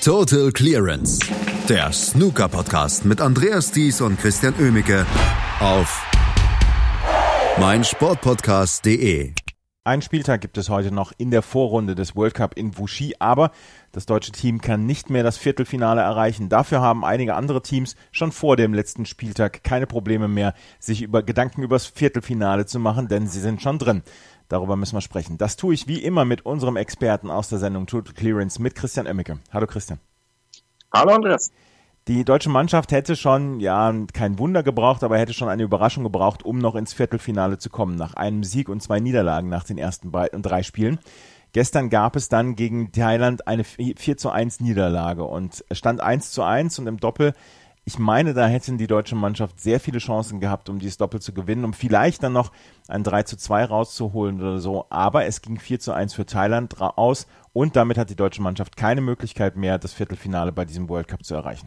Total Clearance, der Snooker-Podcast mit Andreas Thies und Christian Oemicke auf meinsportpodcast.de. Ein Spieltag gibt es heute noch in der Vorrunde des World Cup in Wuxi, aber das deutsche Team kann nicht mehr das Viertelfinale erreichen. Dafür haben einige andere Teams schon vor dem letzten Spieltag keine Probleme mehr, sich Gedanken über das Viertelfinale zu machen, denn sie sind schon drin. Darüber müssen wir sprechen. Das tue ich wie immer mit unserem Experten aus der Sendung Total Clearance, mit Christian Oemicke. Hallo Christian. Hallo Andreas. Die deutsche Mannschaft hätte schon, kein Wunder gebraucht, aber hätte schon eine Überraschung gebraucht, um noch ins Viertelfinale zu kommen, nach einem Sieg und 2 Niederlagen nach den ersten 3 Spielen. Gestern gab es dann gegen Thailand eine 4:1 Niederlage und es stand 1:1 und im Doppel, ich meine, da hätten die deutsche Mannschaft sehr viele Chancen gehabt, um dieses Doppel zu gewinnen, um vielleicht dann noch ein 3:2 rauszuholen oder so, aber es ging 4:1 für Thailand aus und damit hat die deutsche Mannschaft keine Möglichkeit mehr, das Viertelfinale bei diesem World Cup zu erreichen.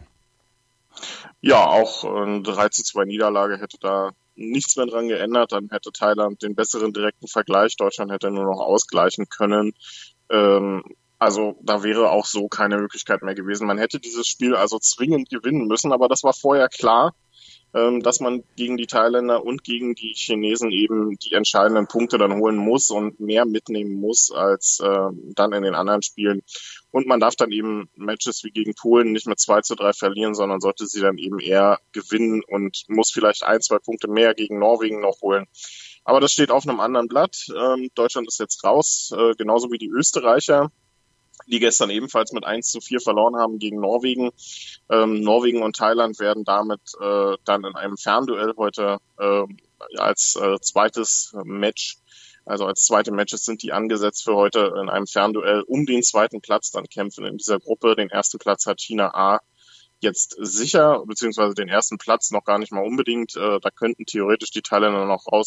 Ja, auch eine 3:2 Niederlage hätte da nichts mehr dran geändert. Dann hätte Thailand den besseren direkten Vergleich. Deutschland hätte nur noch ausgleichen können. Also da wäre auch so keine Möglichkeit mehr gewesen. Man hätte dieses Spiel also zwingend gewinnen müssen, aber das war vorher klar, dass man gegen die Thailänder und gegen die Chinesen eben die entscheidenden Punkte dann holen muss und mehr mitnehmen muss als dann in den anderen Spielen. Und man darf dann eben Matches wie gegen Polen nicht mit 2:3 verlieren, sondern sollte sie dann eben eher gewinnen und muss vielleicht 1-2 Punkte mehr gegen Norwegen noch holen. Aber das steht auf einem anderen Blatt. Deutschland ist jetzt raus, genauso wie die Österreicher, die gestern ebenfalls mit 1:4 verloren haben gegen Norwegen. Norwegen und Thailand werden damit dann in einem Fernduell heute als zweites Match, also als zweite Matches sind die angesetzt für heute in einem Fernduell um den zweiten Platz dann kämpfen in dieser Gruppe. Den ersten Platz hat China A jetzt sicher, beziehungsweise den ersten Platz noch gar nicht mal unbedingt. Da könnten theoretisch die Thailänder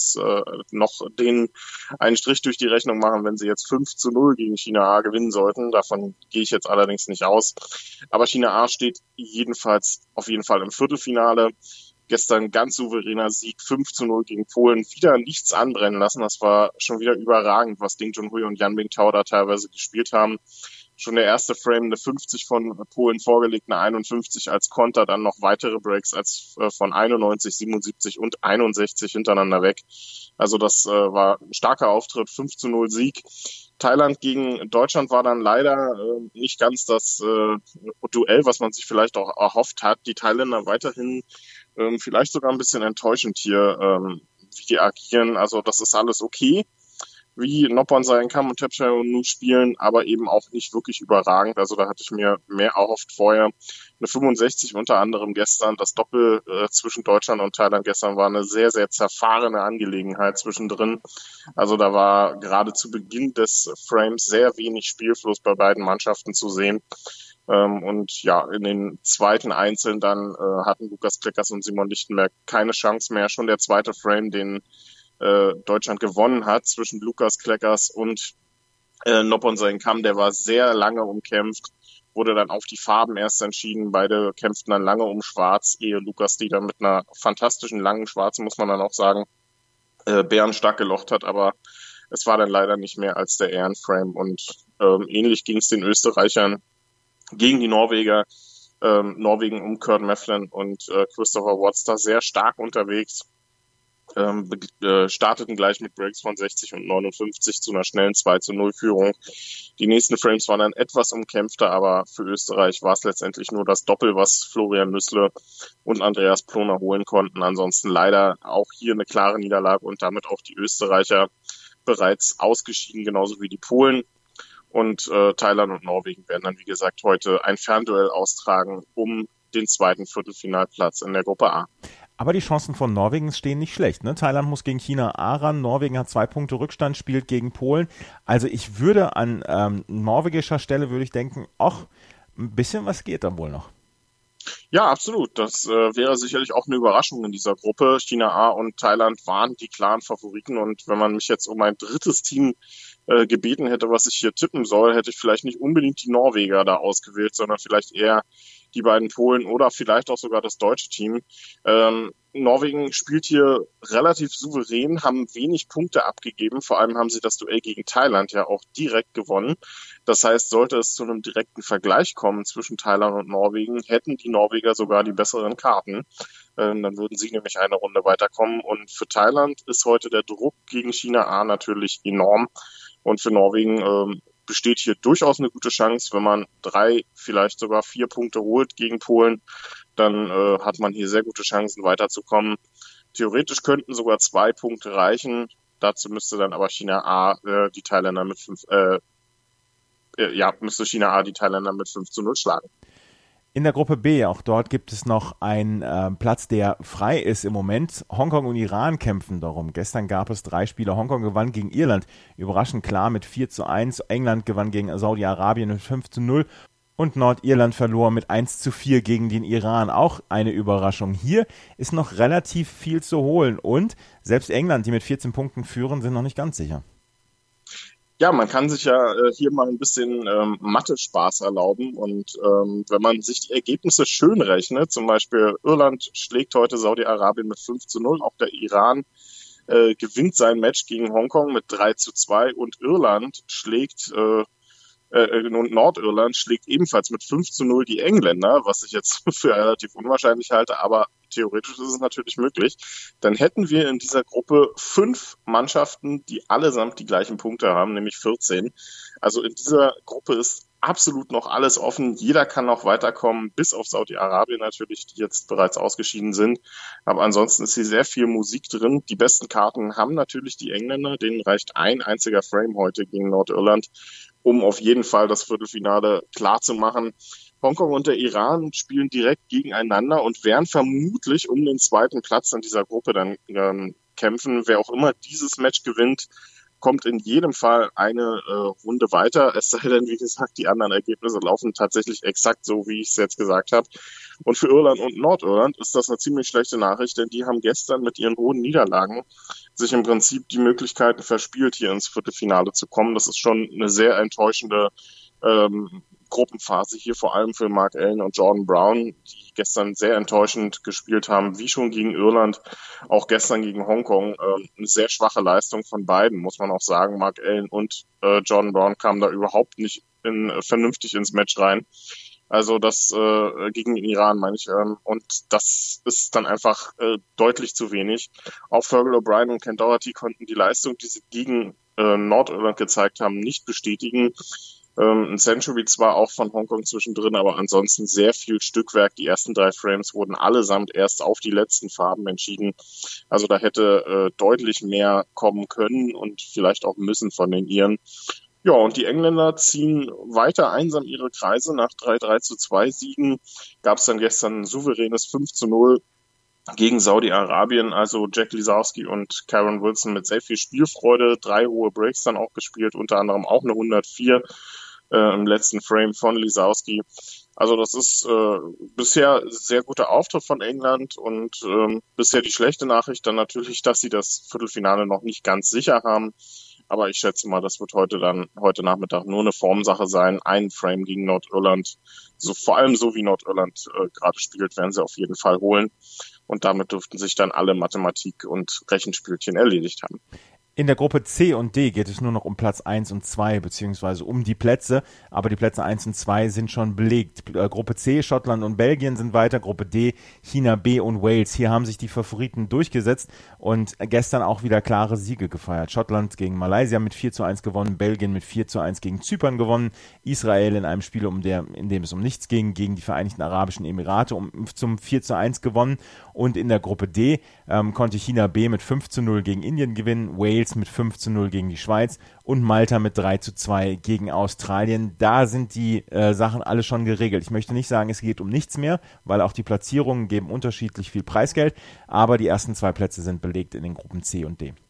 noch denen einen Strich durch die Rechnung machen, wenn sie jetzt 5:0 gegen China A gewinnen sollten. Davon gehe ich jetzt allerdings nicht aus. Aber China A steht auf jeden Fall im Viertelfinale. Gestern ganz souveräner Sieg, 5:0 gegen Polen. Wieder nichts anbrennen lassen. Das war schon wieder überragend, was Ding Junhui und Yan Bingtao da teilweise gespielt haben. Schon der erste Frame, eine 50 von Polen vorgelegt, eine 51 als Konter, dann noch weitere Breaks als von 91, 77 und 61 hintereinander weg. Also das war ein starker Auftritt, 5:0 Sieg. Thailand gegen Deutschland war dann leider nicht ganz das Duell, was man sich vielleicht auch erhofft hat. Die Thailänder weiterhin vielleicht sogar ein bisschen enttäuschend hier, wie die agieren. Also das ist alles okay, wie Noppon Kam und Thepchaiornou spielen, aber eben auch nicht wirklich überragend. Also da hatte ich mir mehr erhofft vorher. Eine 65 unter anderem gestern. Das Doppel zwischen Deutschland und Thailand gestern war eine sehr, sehr zerfahrene Angelegenheit zwischendrin. Also da war gerade zu Beginn des Frames sehr wenig Spielfluss bei beiden Mannschaften zu sehen. Und ja, in den zweiten Einzeln dann hatten Lukas Kleckers und Simon Lichtenberg keine Chance mehr. Schon der zweite Frame, den Deutschland gewonnen hat zwischen Lukas Kleckers und Noppon Kam, der war sehr lange umkämpft, wurde dann auf die Farben erst entschieden. Beide kämpften dann lange um Schwarz, ehe Lukas die dann mit einer fantastischen langen Schwarzen, muss man dann auch sagen, bärenstark gelocht hat, aber es war dann leider nicht mehr als der Ehrenframe und ähnlich ging es den Österreichern gegen die Norweger. Norwegen um Kurt Mefflin und Christopher Watts da sehr stark unterwegs. Starteten gleich mit Breaks von 60 und 59 zu einer schnellen 2:0 Führung. Die nächsten Frames waren dann etwas umkämpfter, aber für Österreich war es letztendlich nur das Doppel, was Florian Nüssle und Andreas Ploner holen konnten. Ansonsten leider auch hier eine klare Niederlage und damit auch die Österreicher bereits ausgeschieden, genauso wie die Polen. Und Thailand und Norwegen werden dann, wie gesagt, heute ein Fernduell austragen um den zweiten Viertelfinalplatz in der Gruppe A. Aber die Chancen von Norwegen stehen nicht schlecht, ne? Thailand muss gegen China A ran, Norwegen hat 2 Punkte Rückstand, spielt gegen Polen. Also ich würde an norwegischer Stelle würde ich denken, ach, ein bisschen was geht da wohl noch. Ja, absolut. Das wäre sicherlich auch eine Überraschung in dieser Gruppe. China A und Thailand waren die klaren Favoriten und wenn man mich jetzt um ein drittes Team gebeten hätte, was ich hier tippen soll, hätte ich vielleicht nicht unbedingt die Norweger da ausgewählt, sondern vielleicht eher die beiden Polen oder vielleicht auch sogar das deutsche Team. Norwegen spielt hier relativ souverän, haben wenig Punkte abgegeben. Vor allem haben sie das Duell gegen Thailand ja auch direkt gewonnen. Das heißt, sollte es zu einem direkten Vergleich kommen zwischen Thailand und Norwegen, hätten die Norweger sogar die besseren Karten. Dann würden sie nämlich eine Runde weiterkommen. Und für Thailand ist heute der Druck gegen China A natürlich enorm. Und für Norwegen besteht hier durchaus eine gute Chance, wenn man 3, vielleicht sogar 4 Punkte holt gegen Polen, dann hat man hier sehr gute Chancen weiterzukommen. Theoretisch könnten sogar 2 Punkte reichen. Dazu müsste dann aber China A die Thailänder mit 5-0 schlagen. In der Gruppe B, auch dort gibt es noch einen Platz, der frei ist im Moment. Hongkong und Iran kämpfen darum. Gestern gab es 3 Spiele. Hongkong gewann gegen Irland, überraschend klar mit 4:1. England gewann gegen Saudi-Arabien mit 5:0. Und Nordirland verlor mit 1:4 gegen den Iran. Auch eine Überraschung. Hier ist noch relativ viel zu holen. Und selbst England, die mit 14 Punkten führen, sind noch nicht ganz sicher. Ja, man kann sich ja hier mal ein bisschen Mathe-Spaß erlauben. Und wenn man sich die Ergebnisse schön rechnet, zum Beispiel Irland schlägt heute Saudi-Arabien mit 5:0. Auch der Iran gewinnt sein Match gegen Hongkong mit 3:2. Und Irland schlägt... und Nordirland schlägt ebenfalls mit 5:0 die Engländer, was ich jetzt für relativ unwahrscheinlich halte, aber theoretisch ist es natürlich möglich. Dann hätten wir in dieser Gruppe 5 Mannschaften, die allesamt die gleichen Punkte haben, nämlich 14. Also in dieser Gruppe ist absolut noch alles offen. Jeder kann noch weiterkommen, bis auf Saudi-Arabien natürlich, die jetzt bereits ausgeschieden sind. Aber ansonsten ist hier sehr viel Musik drin. Die besten Karten haben natürlich die Engländer. Denen reicht ein einziger Frame heute gegen Nordirland, um auf jeden Fall das Viertelfinale klar zu machen. Hongkong und der Iran spielen direkt gegeneinander und werden vermutlich um den 2. Platz in dieser Gruppe dann kämpfen. Wer auch immer dieses Match gewinnt, kommt in jedem Fall eine Runde weiter. Es sei denn, wie gesagt, die anderen Ergebnisse laufen tatsächlich exakt so, wie ich es jetzt gesagt habe. Und für Irland und Nordirland ist das eine ziemlich schlechte Nachricht, denn die haben gestern mit ihren hohen Niederlagen sich im Prinzip die Möglichkeiten verspielt, hier ins Viertelfinale zu kommen. Das ist schon eine sehr enttäuschende Gruppenphase hier, vor allem für Mark Allen und Jordan Brown, die gestern sehr enttäuschend gespielt haben, wie schon gegen Irland, auch gestern gegen Hongkong. Eine sehr schwache Leistung von beiden, muss man auch sagen. Mark Allen und Jordan Brown kamen da überhaupt nicht vernünftig ins Match rein. Also das gegen den Iran, meine ich. Und das ist dann einfach deutlich zu wenig. Auch Fergal O'Brien und Ken Doherty konnten die Leistung, die sie gegen Nordirland gezeigt haben, nicht bestätigen. Ein Century zwar auch von Hongkong zwischendrin, aber ansonsten sehr viel Stückwerk. Die ersten 3 Frames wurden allesamt erst auf die letzten Farben entschieden. Also da hätte deutlich mehr kommen können und vielleicht auch müssen von den Iren. Ja, und die Engländer ziehen weiter einsam ihre Kreise. Nach 3:2 Siegen gab es dann gestern ein souveränes 5:0 gegen Saudi-Arabien. Also Jack Lisowski und Karen Wilson mit sehr viel Spielfreude, 3 hohe Breaks dann auch gespielt, unter anderem auch eine 104 im letzten Frame von Lisowski. Also das ist bisher sehr guter Auftritt von England und bisher die schlechte Nachricht dann natürlich, dass sie das Viertelfinale noch nicht ganz sicher haben. Aber ich schätze mal, das wird heute Nachmittag nur eine Formsache sein. Ein Frame gegen Nordirland. Vor allem so wie Nordirland gerade spielt, werden sie auf jeden Fall holen. Und damit dürften sich dann alle Mathematik- und Rechenspielchen erledigt haben. In der Gruppe C und D geht es nur noch um Platz 1 und 2, beziehungsweise um die Plätze, aber die Plätze 1 und 2 sind schon belegt. Gruppe C, Schottland und Belgien sind weiter, Gruppe D, China B und Wales. Hier haben sich die Favoriten durchgesetzt und gestern auch wieder klare Siege gefeiert. Schottland gegen Malaysia mit 4:1 gewonnen, Belgien mit 4:1 gegen Zypern gewonnen, Israel in einem Spiel, in dem es um nichts ging, gegen die Vereinigten Arabischen Emirate zum 4:1 gewonnen. Und in der Gruppe D konnte China B mit 5:0 gegen Indien gewinnen, Wales mit 5:0 gegen die Schweiz und Malta mit 3:2 gegen Australien. Da sind die Sachen alle schon geregelt. Ich möchte nicht sagen, es geht um nichts mehr, weil auch die Platzierungen geben unterschiedlich viel Preisgeld, aber die ersten 2 Plätze sind belegt in den Gruppen C und D.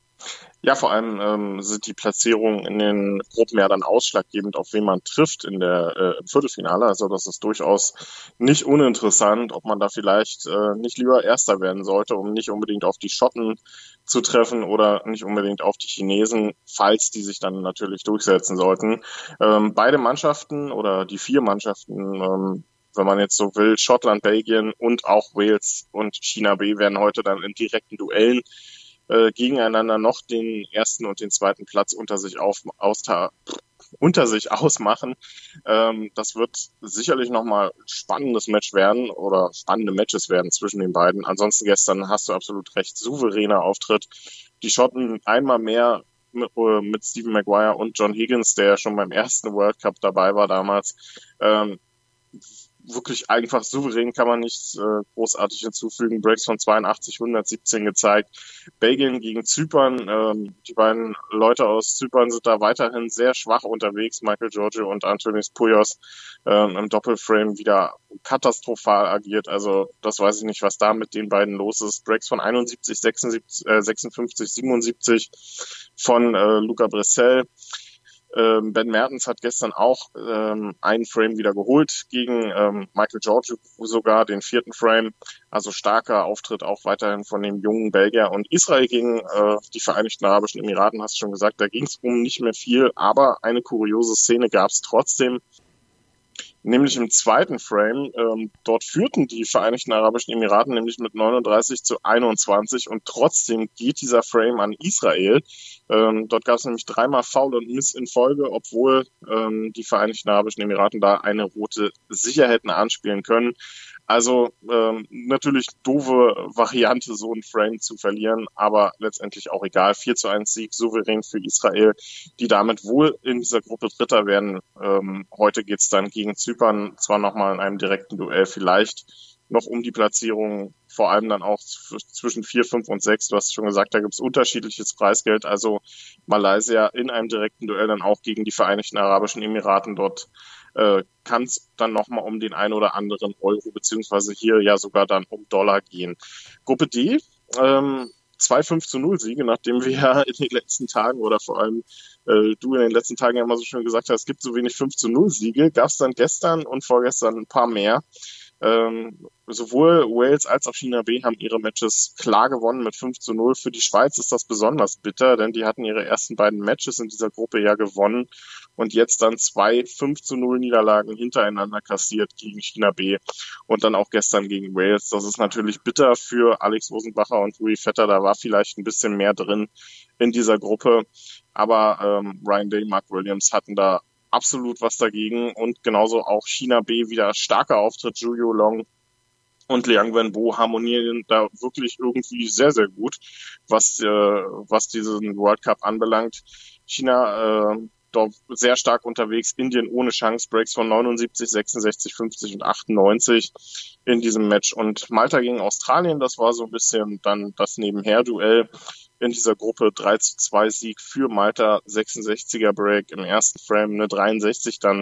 Ja, vor allem sind die Platzierungen in den Gruppen ja dann ausschlaggebend, auf wen man trifft im Viertelfinale. Also das ist durchaus nicht uninteressant, ob man da vielleicht nicht lieber Erster werden sollte, um nicht unbedingt auf die Schotten zu treffen oder nicht unbedingt auf die Chinesen, falls die sich dann natürlich durchsetzen sollten. Beide Mannschaften oder die 4 Mannschaften wenn man jetzt so will, Schottland, Belgien und auch Wales und China B werden heute dann in direkten Duellen gegeneinander noch den ersten und den zweiten Platz unter sich ausmachen. Das wird sicherlich nochmal ein spannendes Match werden oder spannende Matches werden zwischen den beiden. Ansonsten gestern hast du absolut recht, souveräner Auftritt. Die Schotten einmal mehr mit Stephen Maguire und John Higgins, der schon beim ersten World Cup dabei war damals. Wirklich einfach souverän, kann man nichts großartig hinzufügen. Breaks von 82, 117 gezeigt. Belgien gegen Zypern. Die beiden Leute aus Zypern sind da weiterhin sehr schwach unterwegs. Michael Giorgio und Antonis Pouillos im Doppelframe wieder katastrophal agiert. Also das weiß ich nicht, was da mit den beiden los ist. Breaks von 71, 56, 77 von Luca Bressel. Ben Mertens hat gestern auch einen Frame wieder geholt gegen Michael Giorgio, sogar den 4. Frame. Also starker Auftritt auch weiterhin von dem jungen Belgier. Und Israel gegen die Vereinigten Arabischen Emiraten, hast du schon gesagt, da ging es um nicht mehr viel, aber eine kuriose Szene gab es trotzdem. Nämlich im 2. Frame. Dort führten die Vereinigten Arabischen Emiraten nämlich mit 39-21 und trotzdem geht dieser Frame an Israel. Dort gab es nämlich 3-mal Foul und Miss in Folge, obwohl die Vereinigten Arabischen Emiraten da eine rote sicher hätten anspielen können. Also natürlich doofe Variante, so ein Frame zu verlieren, aber letztendlich auch egal. 4:1 Sieg, souverän für Israel, die damit wohl in dieser Gruppe Dritter werden. Heute geht's dann gegen Zypern, zwar nochmal in einem direkten Duell, vielleicht noch um die Platzierung, vor allem dann auch zwischen 4, 5 und 6. Du hast schon gesagt, da gibt's unterschiedliches Preisgeld. Also Malaysia in einem direkten Duell dann auch gegen die Vereinigten Arabischen Emiraten. Dort kann es dann nochmal um den ein oder anderen Euro, beziehungsweise hier ja sogar dann um Dollar gehen. Gruppe D, 2 5:0 Siege, nachdem wir ja in den letzten Tagen oder vor allem du in den letzten Tagen ja immer so schön gesagt hast, es gibt so wenig 5:0 Siege, gab es dann gestern und vorgestern ein paar mehr. Sowohl Wales als auch China B haben ihre Matches klar gewonnen mit 5:0. Für die Schweiz ist das besonders bitter, denn die hatten ihre ersten beiden Matches in dieser Gruppe ja gewonnen und jetzt dann 2 5:0 Niederlagen hintereinander kassiert gegen China B und dann auch gestern gegen Wales. Das ist natürlich bitter für Alex Rosenbacher und Rui Vetter. Da war vielleicht ein bisschen mehr drin in dieser Gruppe, aber Ryan Day, Mark Williams hatten da absolut was dagegen und genauso auch China B wieder starker Auftritt. Zhu Long und Liang Wenbo harmonieren da wirklich irgendwie sehr, sehr gut, was diesen World Cup anbelangt. China dort sehr stark unterwegs, Indien ohne Chance, Breaks von 79, 66, 50 und 98 in diesem Match. Und Malta gegen Australien, das war so ein bisschen dann das Nebenher-Duell in dieser Gruppe. 3:2 Sieg für Malta, 66er Break im ersten Frame, eine 63 dann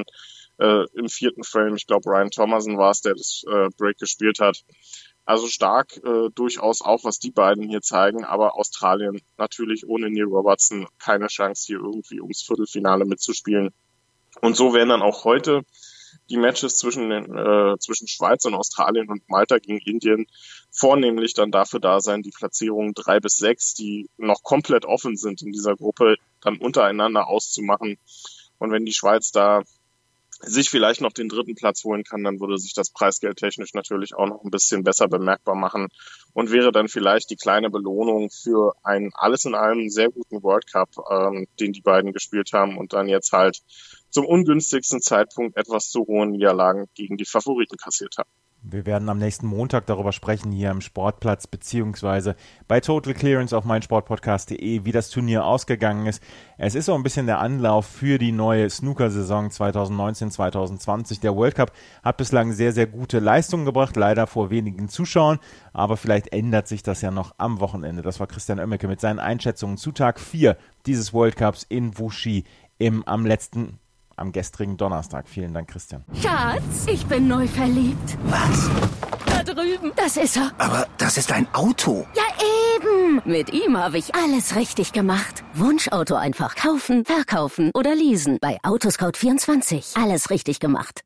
im 4. Frame. Ich glaube, Ryan Thomason war es, der das Break gespielt hat. Also stark durchaus auch, was die beiden hier zeigen, aber Australien natürlich ohne Neil Robertson keine Chance, hier irgendwie ums Viertelfinale mitzuspielen. Und so werden dann auch heute die Matches zwischen Schweiz und Australien und Malta gegen Indien vornehmlich dann dafür da sein, die Platzierungen 3 bis 6, die noch komplett offen sind in dieser Gruppe, dann untereinander auszumachen. Und wenn die Schweiz da sich vielleicht noch den 3. Platz holen kann, dann würde sich das Preisgeld technisch natürlich auch noch ein bisschen besser bemerkbar machen und wäre dann vielleicht die kleine Belohnung für einen alles in allem sehr guten World Cup, den die beiden gespielt haben und dann jetzt halt zum ungünstigsten Zeitpunkt etwas zu hohen Niederlagen gegen die Favoriten kassiert haben. Wir werden am nächsten Montag darüber sprechen, hier im Sportplatz beziehungsweise bei Total Clearance auf meinsportpodcast.de, wie das Turnier ausgegangen ist. Es ist so ein bisschen der Anlauf für die neue Snooker-Saison 2019-2020. Der World Cup hat bislang sehr, sehr gute Leistungen gebracht, leider vor wenigen Zuschauern, aber vielleicht ändert sich das ja noch am Wochenende. Das war Christian Oemmeke mit seinen Einschätzungen zu Tag 4 dieses World Cups in Wuxi am gestrigen Donnerstag. Vielen Dank, Christian. Schatz, ich bin neu verliebt. Was? Da drüben. Das ist er. Aber das ist ein Auto. Ja, eben. Mit ihm habe ich alles richtig gemacht. Wunschauto einfach kaufen, verkaufen oder leasen. Bei Autoscout24. Alles richtig gemacht.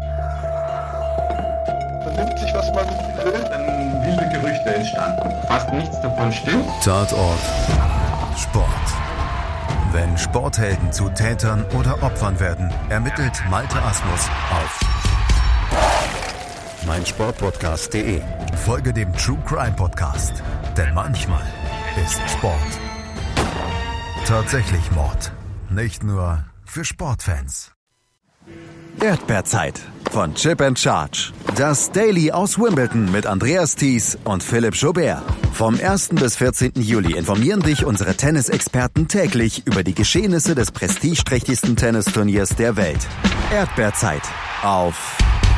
Vernimmt sich, was man will. Dann wilde Gerüchte entstanden. Fast nichts davon stimmt. Tatort Sport. Wenn Sporthelden zu Tätern oder Opfern werden, ermittelt Malte Asmus auf meinsportpodcast.de. Folge dem True Crime Podcast, denn manchmal ist Sport tatsächlich Mord. Nicht nur für Sportfans. Erdbeerzeit von Chip & Charge. Das Daily aus Wimbledon mit Andreas Thies und Philipp Joubert. Vom 1. bis 14. Juli informieren dich unsere Tennisexperten täglich über die Geschehnisse des prestigeträchtigsten Tennisturniers der Welt. Erdbeerzeit auf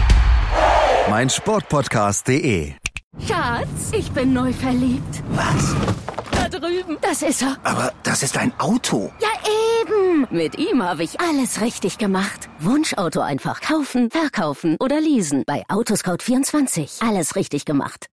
meinsportpodcast.de. Schatz, ich bin neu verliebt. Was? Da drüben. Das ist er. Aber das ist ein Auto. Ja, eben. Mit ihm habe ich alles richtig gemacht. Wunschauto einfach kaufen, verkaufen oder leasen. Bei Autoscout24. Alles richtig gemacht.